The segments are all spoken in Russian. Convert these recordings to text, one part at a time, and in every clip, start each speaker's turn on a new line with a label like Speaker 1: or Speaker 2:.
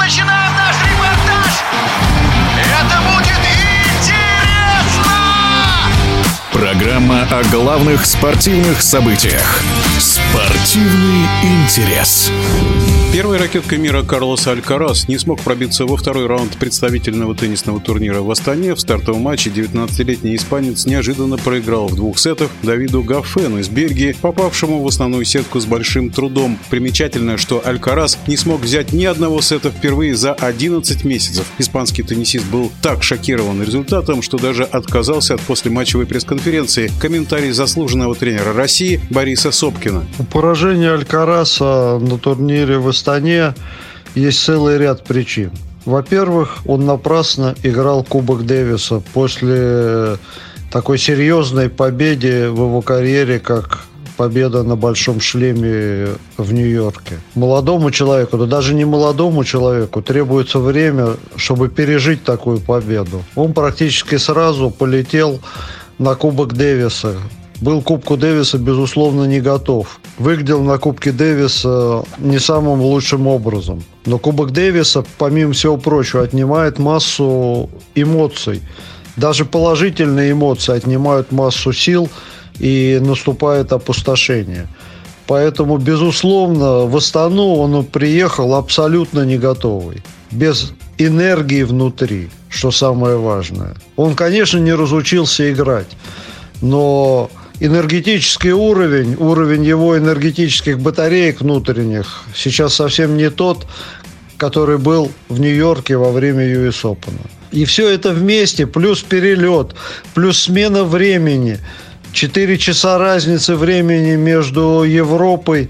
Speaker 1: начинаем наш репортаж. Это будет интересно!
Speaker 2: Программа о главных спортивных событиях. Спортивный интерес.
Speaker 3: Первая ракетка мира Карлос Алькарас не смог пробиться во второй раунд представительного теннисного турнира в Астане. В стартовом матче 19-летний испанец неожиданно проиграл в 2 сетах Давиду Гоффену из Бельгии, попавшему в основную сетку с большим трудом. Примечательно, что Алькарас не смог взять ни одного сета впервые за 11 месяцев. Испанский теннисист был так шокирован результатом, что даже отказался от послематчевой пресс-конференции. Комментарий заслуженного тренера России Бориса Собкина.
Speaker 4: Поражение Алькараса на турнире в Астане есть целый ряд причин. Во-первых, он напрасно играл Кубок Дэвиса после такой серьезной победы в его карьере, как победа на Большом шлеме в Нью-Йорке. Молодому человеку, да даже не молодому человеку, требуется время, чтобы пережить такую победу. Он практически сразу полетел на Кубок Дэвиса. Был к Кубку Дэвиса, безусловно, не готов. Выглядел на Кубке Дэвиса не самым лучшим образом. Но Кубок Дэвиса, помимо всего прочего, отнимает массу эмоций. Даже положительные эмоции отнимают массу сил, и наступает опустошение. Поэтому, безусловно, в Астану он приехал абсолютно не готовый. Без энергии внутри, что самое важное. Он, конечно, не разучился играть, но энергетический уровень его энергетических батареек внутренних сейчас совсем не тот, который был в Нью-Йорке во время US Open. И все это вместе, плюс перелет, плюс смена времени, 4 часа разницы времени между Европой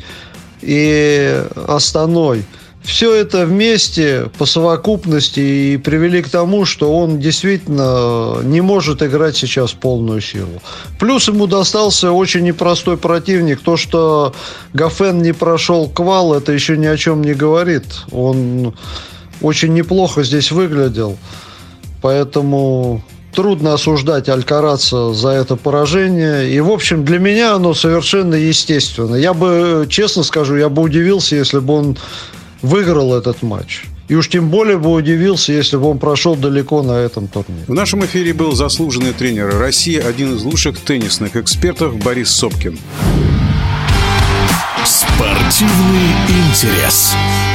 Speaker 4: и Астаной. Все это вместе по совокупности и привели к тому, что он действительно не может играть сейчас в полную силу. Плюс ему достался очень непростой противник. То, что Гоффен не прошел квал, это еще ни о чем не говорит. Он очень неплохо здесь выглядел. Поэтому трудно осуждать Алькараса за это поражение. И, в общем, для меня оно совершенно естественно. Я бы, честно скажу, я бы удивился, если бы он выиграл этот матч. И уж тем более бы удивился, если бы он прошел далеко на этом турнире.
Speaker 3: В нашем эфире был заслуженный тренер России, один из лучших теннисных экспертов Борис Собкин.
Speaker 2: Спортивный интерес.